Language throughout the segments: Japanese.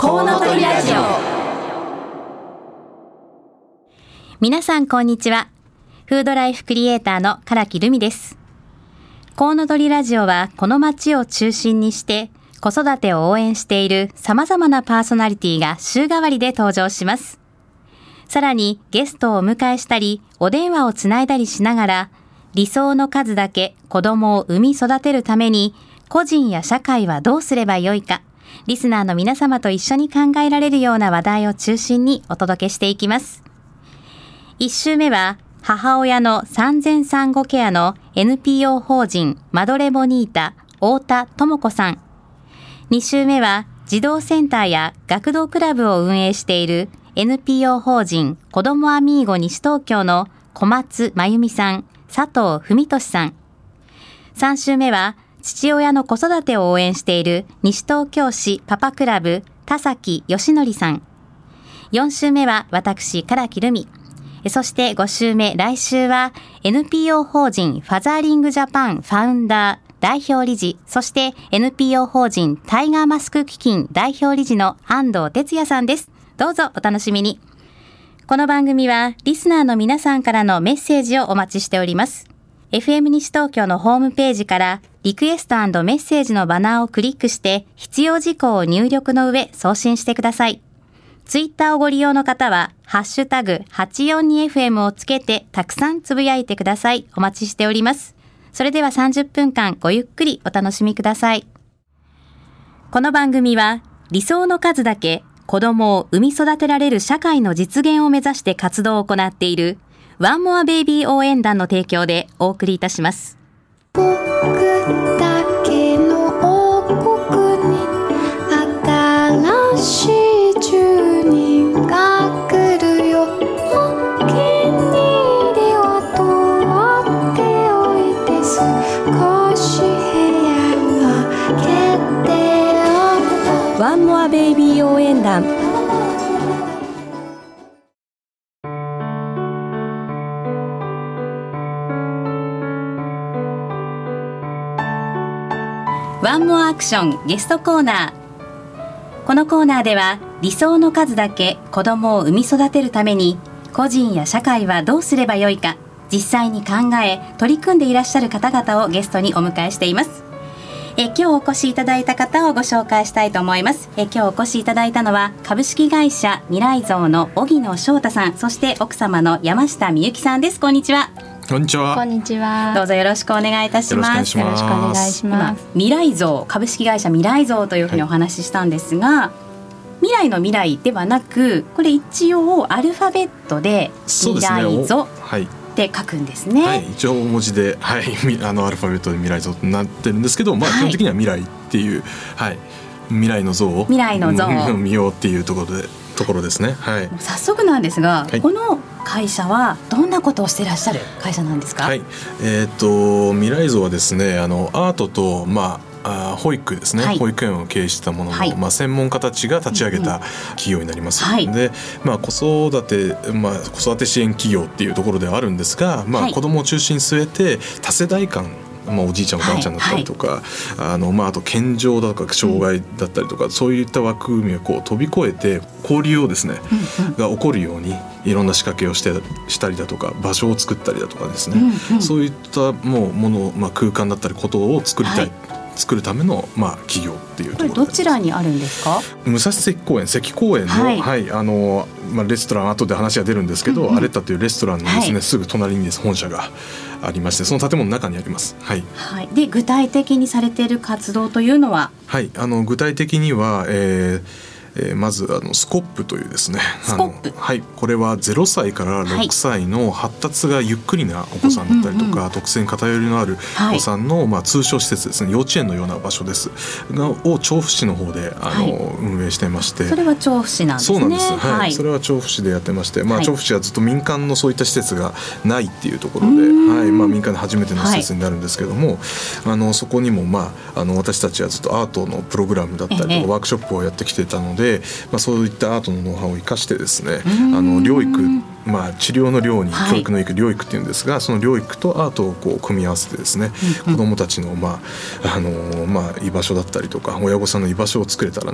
コウノトリラジオ。 皆さんこんにちは。フードライフクリエイターの唐木留美です。コウノトリラジオはこの街を中心にして子育てを応援している様々なパーソナリティが週替わりで登場します。さらにゲストをお迎えしたりお電話をつないだりしながら、理想の数だけ子供を産み育てるために個人や社会はどうすればよいか、リスナーの皆様と一緒に考えられるような話題を中心にお届けしていきます。1週目は母親の産前産後ケアの NPO 法人マドレボニータ太田智子さん。2週目は児童センターや学童クラブを運営している NPO 法人子どもアミーゴ西東京の小松真由美さん、佐藤文俊さん。3週目は父親の子育てを応援している西東京市パパクラブ田崎義則さん。4週目は私唐木留美。そして5週目、来週は NPO 法人ファザーリングジャパンファウンダー代表理事、そして NPO 法人タイガーマスク基金代表理事の安藤哲也さんです。どうぞお楽しみに。この番組はリスナーの皆さんからのメッセージをお待ちしております。FM 西東京のホームページからリクエスト&メッセージのバナーをクリックして必要事項を入力の上送信してください。ツイッターをご利用の方はハッシュタグ 842FM をつけてたくさんつぶやいてください。お待ちしております。それでは30分間ごゆっくりお楽しみください。この番組は理想の数だけ子供を産み育てられる社会の実現を目指して活動を行っているワンモアベイビー応援団の提供でお送りいたします。 僕だけの王国に新しい住人が来るよ。お気に入りは取っておいて、少し部屋を開けておく。ワンモアベイビー応援団。 ワンモアアクションゲストコーナー。このコーナーでは理想の数だけ子供を産み育てるために個人や社会はどうすればよいか、実際に考え取り組んでいらっしゃる方々をゲストにお迎えしています。今日お越しいただいた方をご紹介したいと思います。今日お越しいただいたのは株式会社未来像の荻野翔太さん、そして奥様の山下美幸さんです。こんにちは。 こんにちは。 こんにちは。 どうぞよろしくお願いいたします。 よろしくお願いします。 未来像、株式会社未来像というふうにお話ししたんですが、未来の未来ではなく、これ一応アルファベットで未来像って書くんですね。 はい、一応大文字で、はい、アルファベットで未来像となってるんですけど、基本的には未来っていう、はい、未来の像を見ようっていうところですね。はい、 早速なんですが、 はい、 この会社はどんなことをしていらっしゃる会社なんですか？ はい、未来像はですね、アートと、保育ですね、はい、保育園を経営したものの、はい、専門家たちが立ち上げた企業になります、はい、で、子育て支援企業っていうところではあるんですが、はい、子どもを中心に据えて多世代間、おじいちゃんおばあちゃんだったりとか、あと健常だとか障害だったりとか、そういった枠組みを飛び越えて交流をですね、が起こるようにいろんな仕掛けをしたりだとか、場所を作ったりだとかですね、そういったもの、空間だったりことを作りたい、作るための、企業っていうところで。 どちらにあるんですか？ 武蔵関公園の、レストラン、後で話が出るんですけど、アレッタというレストランのですね、すぐ隣にです本社がありまして、その建物の中にあります。はいはい、で具体的にされている活動というのは？ はい、具体的には、まずスコップというですね、はい、これは0歳から6歳の発達がゆっくりなお子さんだったりとか、特性に偏りのあるお子さんの、通所施設ですね、幼稚園のような場所ですを調布市の方で運営していまして。 それは調布市なんですね。 そうなんです、はい、それは調布市でやってまして、調布市はずっと民間のそういった施設がないっていうところで、民間で初めての施設になるんですけども、そこにも、私たちはずっとアートのプログラムだったりとか、ワークショップをやってきてたので、そういったアートのノウハウを生かしてですね、療育、治療の療に教育の育、療育っていうんですが、その療育とアートを組み合わせてですね、子どもたちの、居場所だったりとか親御さんの居場所を作れたらなと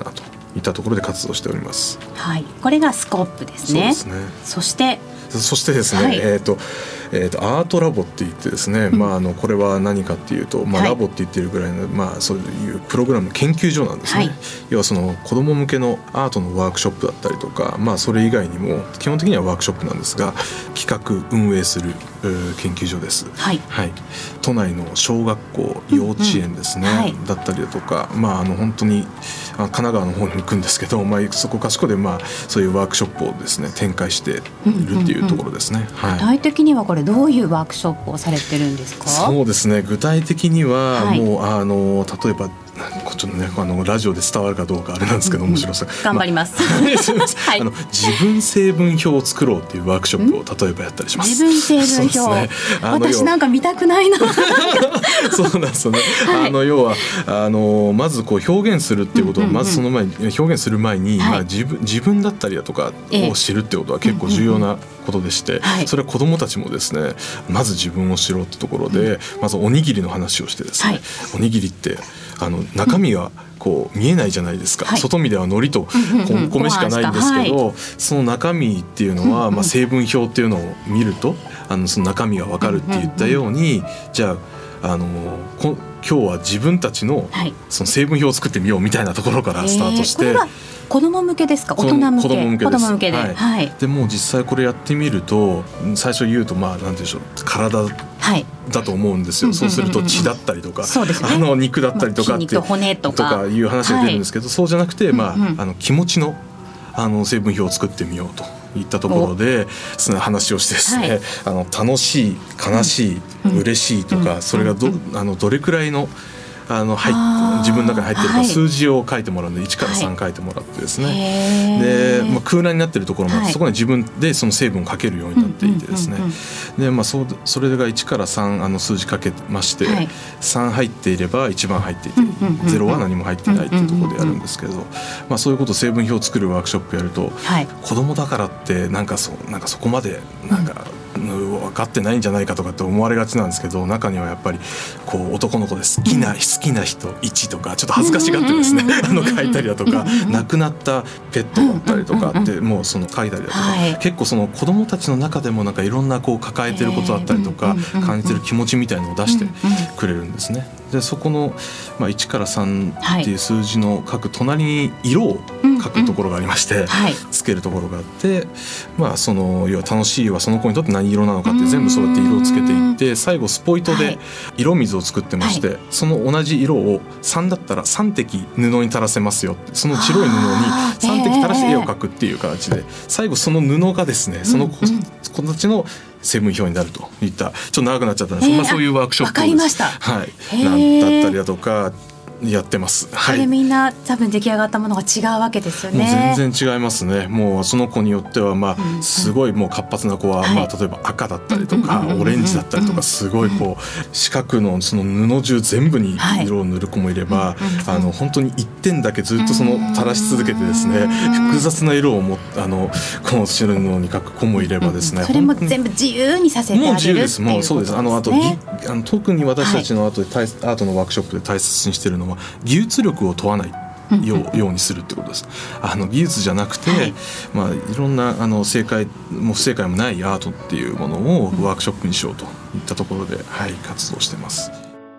いったところで活動しております。 はい、これがスコップですね。 そうですね。 そしてですね、 はい、 アートラボって言ってですね、これは何かっていうと、ラボって言ってるぐらいの、そういうプログラム研究所なんですね。はい、要はその子ども向けのアートのワークショップだったりとか、それ以外にも基本的にはワークショップなんですが、企画運営する研究所です。はい、はい、都内の小学校、幼稚園ですね、はい、だったりだとか、本当に神奈川の方に行くんですけど、そこかしこでそういうワークショップをですね展開しているっていうところですね。はい、 具体的にはこれどういうワークショップをされてるんですか？ そうですね、具体的にはもう、例えばちょっとね、ラジオで伝わるかどうかあれなんですけど、面白さ頑張ります。 はい、自分成分表を作ろうっていうワークショップを例えばやったりします。 自分成分表、ね、私なんか見たくないな。 そうなんですよね。はい、要はまずこう表現するっていうことを、まずその前に表現する前に、自分だったりだとかを知るってことは結構重要なことでして、それは子どもたちもですね、まず自分を知ろうってところで、まずおにぎりの話をしてですね、おにぎりって中身がこう見えないじゃないですか。外見では海苔と米しかないんですけど、その中身っていうのは、成分表っていうのを見るとその中身が分かるって言ったように、じゃあ今日は自分たちのその成分表を作ってみようみたいなところからスタートして、 子供向けですか？大人向け？子供向けで、はい、 でもう実際これやってみると、最初言うとなんて言うんでしょう、体だと思うんですよ。そうすると血だったりとか、肉だったりとかって筋肉骨とかいう話が出るんですけど、そうじゃなくて、気持ちの成分表を作ってみようといったところでその話をしてですね、楽しい、悲しい、嬉しいとか、それがどれくらいの自分の中に入っているか、数字を書いてもらうので1から3書いてもらってですね、で、空欄になっているところも、そこに自分でその成分を書けるようになっていてですね、で、それが1から3数字書けまして、3入っていれば1番入っていて、0は何も入っていないっていうところでやるんですけど、そういうことを成分表を作るワークショップやると、子供だからってなんかそこまで分かってないんじゃないかとかって思われがちなんですけど、中にはやっぱりこう男の子で好きな人1とかちょっと恥ずかしがってですね書いたりだとか、亡くなったペットだったりとかってもうその書いたりだとか、結構その子どもたちの中でもなんかいろんなこう抱えてることだったりとか、感じてる気持ちみたいのを出してくれるんですね。でそこの、1から3っていう数字の書く隣に色を書くところがありまして、つけるところがあって、その要は楽しいはその子にとって何色なのかって全部そうやって色をつけていって、最後スポイトで色水を作ってまして、その同じ色を3だったら3滴布に垂らせますよ、その白い布に3滴垂らして絵を描くっていう形で、最後その布がですね、その子たちの成分表になるといった、ちょっと長くなっちゃったんですが、そういうワークショップをわかりました、 なんだったりだとかやってます。 それみんな多分出来上がったものが違うわけですよね。 もう全然違いますね。もうその子によってはすごいもう活発な子は、例えば赤だったりとかオレンジだったりとか、すごいこう四角のその布中全部に色を塗る子もいれば、本当に一点だけずっとその垂らし続けてですね、複雑な色をこの白布に描く子もいればですね、 それも全部自由にさせてあげるっていうことですね。 もうそうです。あと特に私たちのアートのワークショップで大切にしているのは、技術力を問わないようにするってことです。技術じゃなくて、いろんな正解も不正解もないアートっていうものをワークショップにしようといったところで、活動してます。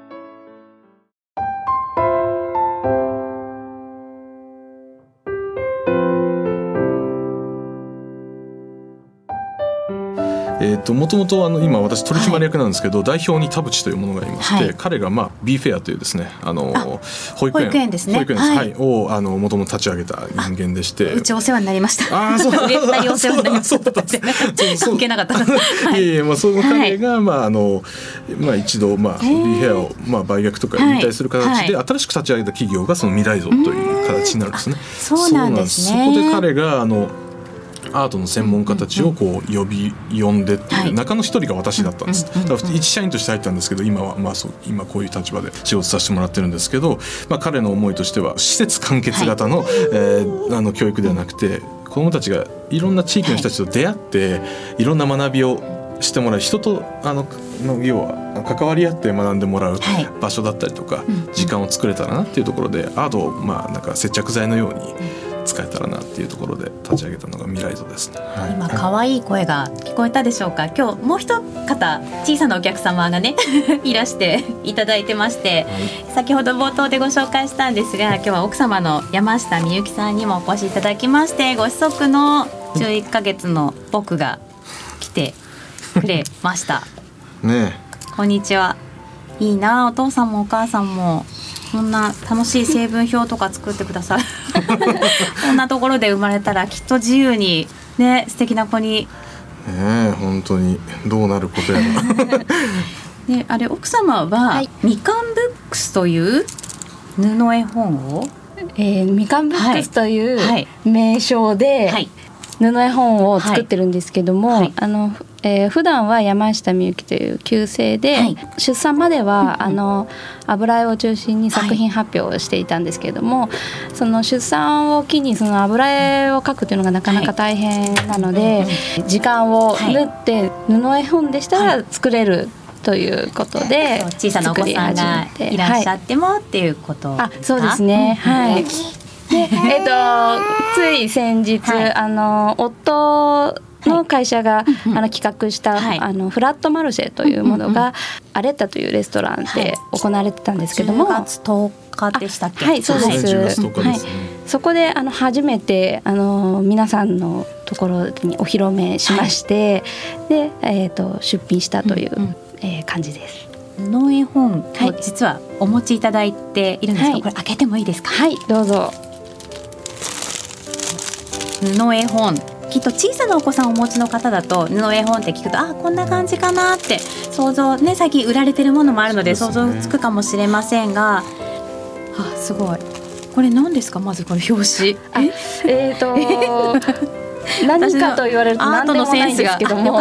もともと今私取締役なんですけど、代表に田淵というものがいまして、彼がBフェアというですね保育園ですね、をもともと立ち上げた人間でして、 うちお世話になりました。そうお世話になりました関係なかった。その彼が一度Bフェアを売却とか引退する形で新しく立ち上げた企業がその未来像という形になるんですね。 そうなんですね。 そこで彼がアートの専門家たちをこう呼んでっていう、中の一人が私だったんです。だから一社員として入ったんですけど、今は今こういう立場で仕事させてもらってるんですけど、彼の思いとしては施設完結型の、教育ではなくて、子どもたちがいろんな地域の人たちと出会って、いろんな学びをしてもらう、人と要は関わり合って学んでもらう場所だったりとか、時間を作れたらなっていうところで、アートをなんか接着剤のように使えたらなっていうところで立ち上げたのが未来像ですね。 今可愛い声が聞こえたでしょうか。今日もう一方小さなお客様がねいらしていただいてまして、先ほど冒頭でご紹介したんですが、今日は奥様の山下美幸さんにもお越しいただきまして、ご子息の11ヶ月の僕が来てくれましたねえ。こんにちは。いいな、お父さんもお母さんもこんな楽しい成分表とか作ってくださいこんなところで生まれたらきっと自由にね、素敵な子に本当にどうなることやらね、あれ奥様は、みかんブックスという布絵本を、 みかんブックスという名称で布絵本を作ってるんですけども、普段は山下美幸という旧姓で、出産までは油絵を中心に作品発表をしていたんですけれども、その出産を機にその油絵を描くというのがなかなか大変なので、時間を縫って布絵本でしたら作れるということで、 小さなお子さんがいらっしゃってもっていうことですか？ そうですね、はいでつい先日、夫の会社が、企画した、フラットマルシェというものが、アレッタというレストランで行われてたんですけども、 10月10日でしたっけ？ はいそうです、 10月10日ですね。 そこで初めて皆さんのところにお披露目しまして、で、出品したという、感じです。 布絵本を実はお持ちいただいているんですが、これ開けてもいいですか？ はい、どうぞ。 布絵本、きっと小さなお子さんをお持ちの方だと布絵本って聞くと、こんな感じかなって想像ね、最近売られてるものもあるので想像つくかもしれませんが、すごい。これ何ですか？まずこの表紙何かと言われると何でもないんですけども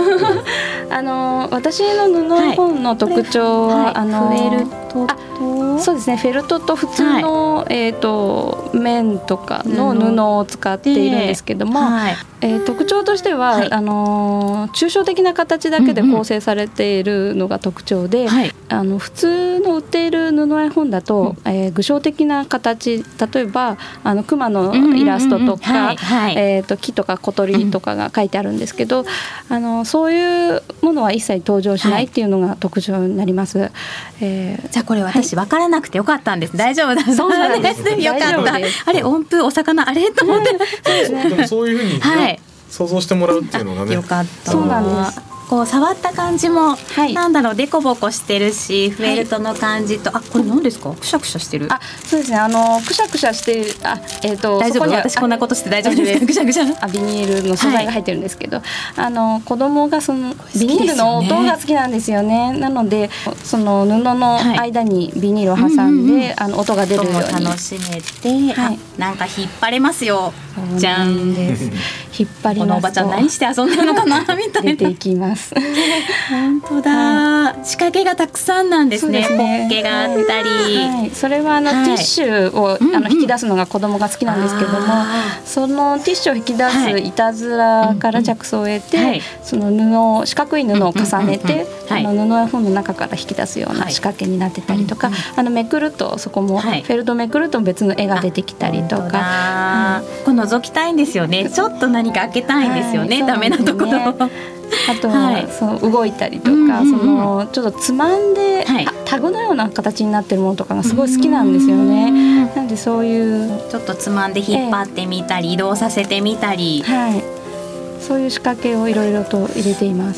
私の布絵本の特徴は、フェルトとそうですね、フェルトと普通の、綿とかの布を使っているんですけども、特徴としては、抽象的な形だけで構成されているのが特徴で、普通の売っている布絵本だと、具象的な形、例えば熊のイラストとか木とか小鳥とかが書いてあるんですけど、そういうものは一切登場しないっていうのが特徴になります。 じゃあこれ私分からなくてよかったんです。大丈夫だそうなんです。よかった。あれ音符お魚あれと思ってでもそういうふうに、想像してもらうっていうのがね、 よかった。 そうなんです。 こう触った感じも、なんだろう、デコボコしてるし、フェルトの感じと、これ何ですか？くしゃくしゃしてる。 そうですね、くしゃくしゃしている。 大丈夫？私こんなことして大丈夫ですか？くしゃくしゃ。 ビニールの素材が入ってるんですけど、子供がそのビニールの音が好きなんですよね。なのでその布の間にビニールを挟んで、音が出るように楽しめて、なんか引っ張れますよ。じゃんです。 引っ張りますと、このおばちゃん何して遊んでるのかなみたいな出ていきます。 本当だ、仕掛けがたくさんなんですね。ポッケがあったり、 それはティッシュを引き出すのが子供が好きなんですけども、そのティッシュを引き出すいたずらから着想を得て、その布を四角い布を重ねて布絵本の中から引き出すような仕掛けになってたりとか、めくるとそこもフェルトめくると別の絵が出てきたりとか、 この覗きたいんですよね。ちょっと何か開けたいんですよね、ダメなところ。 あとはそう動いたりとか、そのちょっとつまんで、タグのような形になってるものとかがすごい好きなんですよね。なんでそういうちょっとつまんで引っ張ってみたり、移動させてみたり、 そういう仕掛けをいろいろと入れています。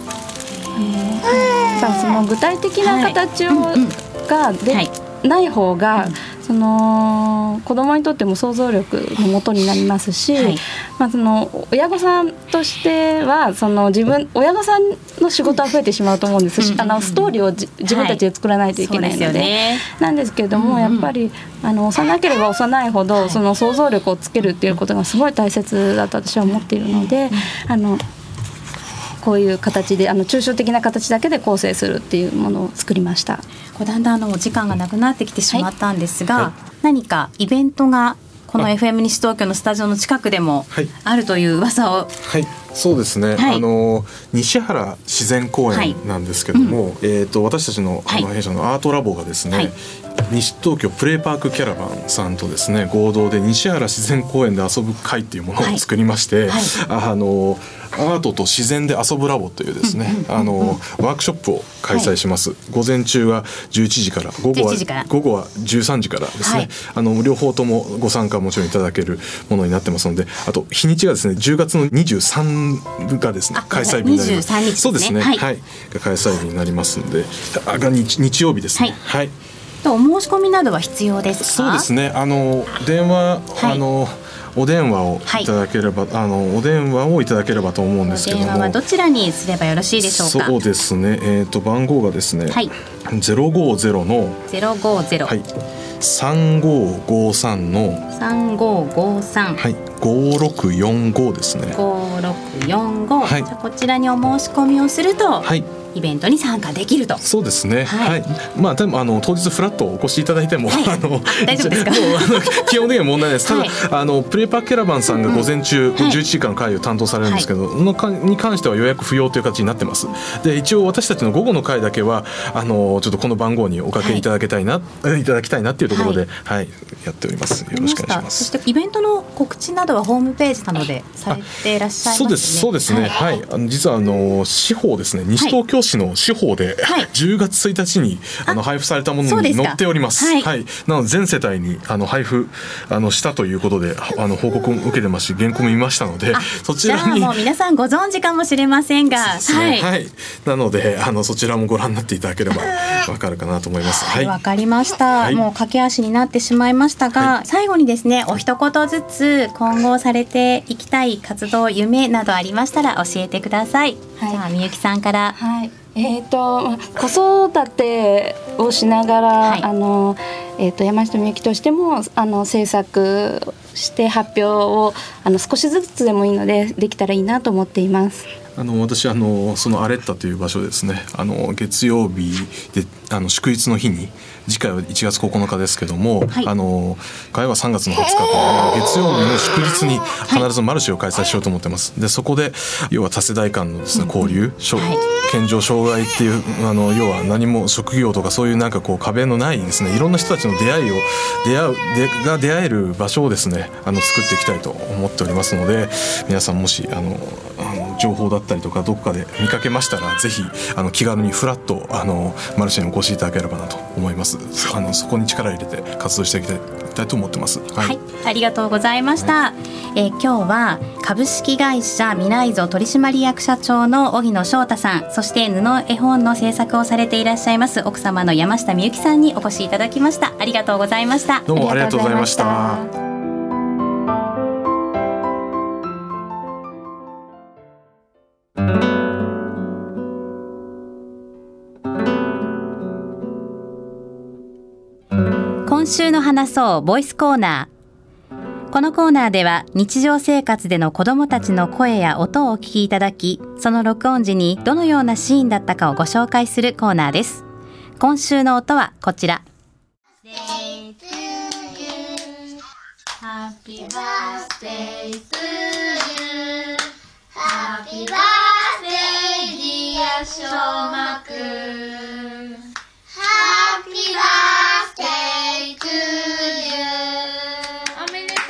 その具体的な形がない方が、その子供にとっても想像力の元になりますし、その親御さんとしてはその親御さんの仕事は増えてしまうと思うんですし、ストーリーを自分たちで作らないといけないので、なんですけれども、やっぱり幼ければ幼いほどその想像力をつけるっていうことがすごい大切だと私は思っているので、こういう形で抽象的な形だけで構成するっていうものを作りました。 だんだんお時間がなくなってきてしまったんですが、何かイベントがこの FM 西東京のスタジオの近くでもあるという噂を。 そうですね、西原自然公園なんですけども、私たちの弊社のアートラボがですね、 西東京プレイパークキャラバンさんとですね合同で西原自然公園で遊ぶ会っていうものを作りまして、アートと自然で遊ぶラボというですね、ワークショップを開催します、午前中は11時から午後は13時からですね、両方ともご参加もちろんいただけるものになってますので、あと日にちがですね10月の23がですね開催日になります。23日ですね。そうですね、が開催日になりますので、日曜日ですね。 お申し込みなどは必要ですか？ そうですね、電話、お電話をいただければ、お電話をいただければと思うんですけども、 お電話はどちらにすればよろしいでしょうか？ そうですね、番号がですね、050の3553の5645ですね。 5645、じゃあこちらにお申し込みをすると、イベントに参加できると。 そうですね、でも当日フラットお越しいただいても、 大丈夫ですか？ 基本的には問題ないです。ただ、プレイパーキャラバンさんが午前中、11時間会を担当されるんですけど、に関しては予約不要という形になってます。で一応私たちの午後の会だけはちょっとこの番号におかけいただきたいなっていうところで、やっております。よろしくお願いします。 そしてイベントの告知などはホームページなどでされていらっしゃいますね。 そうですね、実は司法ですね、西東京市の司法で、10月1日に配布されたものに載っております。なので全世帯に配布したということで報告も受けてますし、原稿も見ましたので、そちらにもう皆さんご存知かもしれませんが、 なのでそちらもご覧になっていただければわかるかなと思います。 わかりました。もう駆け足になってしまいましたが、最後にですね、お一言ずつ今後されていきたい活動、夢などありましたら教えてください。じゃあみゆきさんから。 子育てをしながら、山下みゆきとしても制作して発表を少しずつでもいいのでできたらいいなと思っています。 私そのアレッタという場所ですね、月曜日で祝日の日に、次回は1月9日ですけども、会は3月の20日と月曜日の祝日に必ずマルシェを開催しようと思ってます。でそこで要は多世代間のですね交流、健常障害っていう要は何も職業とかそういうなんかこう壁のないですね、いろんな人たちの出会える場所をですね作っていきたいと思っておりますので、皆さんもし情報だったりとかどこかで見かけましたら、ぜひ気軽にフラッとマルシェにお越しいただければなと思います。そこに力入れて活動していきたいと思ってます。 ありがとうございました。今日は株式会社ミライゾ取締役社長の荻野翔太さん、そして布絵本の制作をされていらっしゃいます奥様の山下みゆきさんにお越しいただきました。ありがとうございました。 どうもありがとうございました。 今週の話そうボイスコーナー。このコーナーでは日常生活での子どもたちの声や音をお聞きいただき、その録音時にどのようなシーンだったかをご紹介するコーナーです。今週の音はこちら。Happy birthday to you Happy birthday dear しょうまくん Happy birthday to you おめでとう。ちょ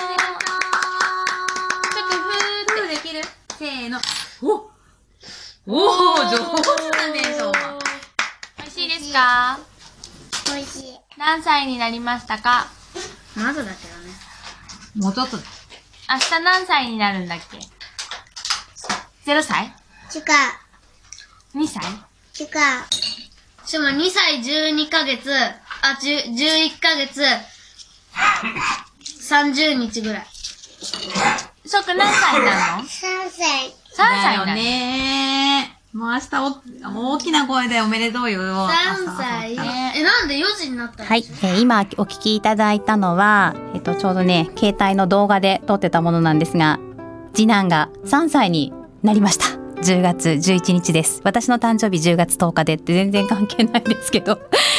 っとふーってできる？せーの。おー、上手だね、しょうま。美味しいですか？ 美味しい。 何歳になりましたか？ まだだけどね。 もうちょっとだ。明日何歳になるんだっけ？0歳？ 違う。 2歳？ 違う。しかも2歳12ヶ月、11ヶ月、30日ぐらい。 しょうくん何歳になるの？ 3歳。 3歳だよね。もう明日大きな声でおめでとうよ。 3歳。なんで4時になったの？ はい、今お聞きいただいたのは、ちょうどね、携帯の動画で撮ってたものなんですが、次男が3歳になりました。10月11日です。私の誕生日10月10日でって全然関係ないんですけど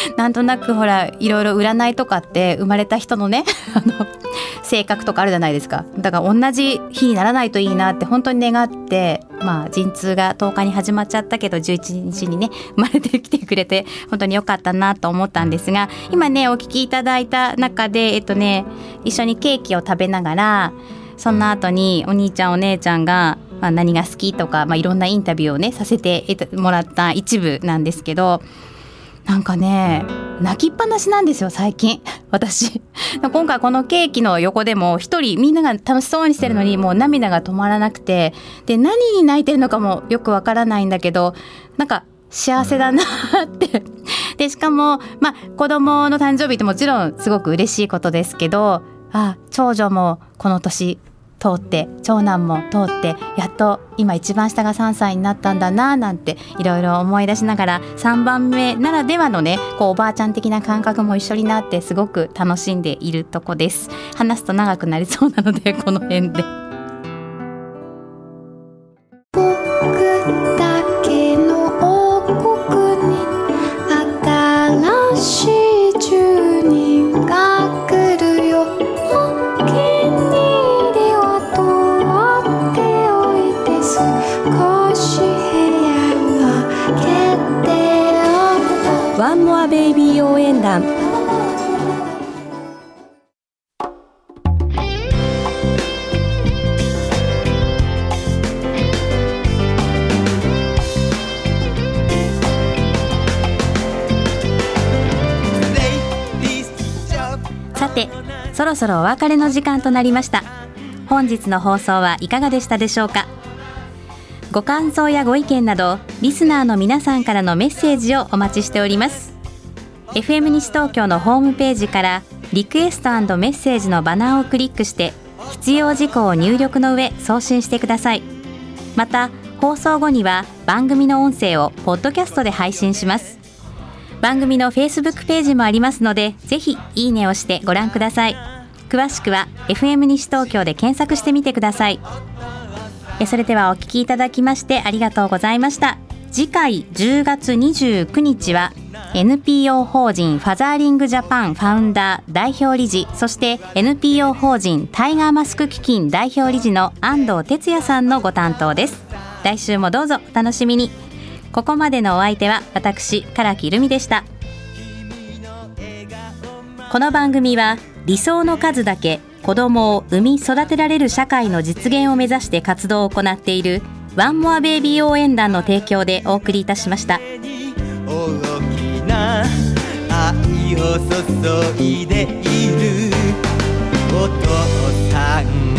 なんとなくほらいろいろ占いとかって生まれた人のね性格とかあるじゃないですか。だから同じ日にならないといいなって本当に願って、陣痛が10日に始まっちゃったけど11日にね生まれてきてくれて本当に良かったなと思ったんですが、今ねお聞きいただいた中で一緒にケーキを食べながら、その後にお兄ちゃんお姉ちゃんが、何が好きとか、いろんなインタビューをねさせてもらった一部なんですけど、なんかね泣きっぱなしなんですよ最近私。今回このケーキの横でも一人みんなが楽しそうにしてるのにもう涙が止まらなくて、で何に泣いてるのかもよくわからないんだけど、なんか幸せだなってでしかも子供の誕生日ってもちろんすごく嬉しいことですけど、長女もこの年通って長男も通ってやっと今一番下が3歳になったんだななんていろいろ思い出しながら、3番目ならではのねおばあちゃん的な感覚も一緒になってすごく楽しんでいるとこです。話すと長くなりそうなのでこの辺で。 僕だけの王国に新しい住人が来るよ。お気に入りは取っておいて少し部屋を開けておく。 ワンモアベイビー応援団。 さてそろそろお別れの時間となりました。本日の放送はいかがでしたでしょうか。ご感想やご意見などリスナーの皆さんからのメッセージをお待ちしております。 FM 西東京のホームページからリクエスト&メッセージのバナーをクリックして必要事項を入力の上送信してください。また放送後には番組の音声をポッドキャストで配信します。番組の Facebook ページもありますのでぜひいいねをしてご覧ください。詳しくは FM 西東京で検索してみてください。それではお聞きいただきましてありがとうございました。次回10月29日は NPO 法人ファザーリングジャパンファウンダー代表理事、そして NPO 法人タイガーマスク基金代表理事の安藤哲也さんのご担当です。来週もどうぞお楽しみに。ここまでのお相手は私唐木留美でした。この番組は理想の数だけ子供を産み育てられる社会の実現を目指して活動を行っているワンモアベイビー応援団の提供でお送りいたしました。 大きな愛を注いでいるお父さん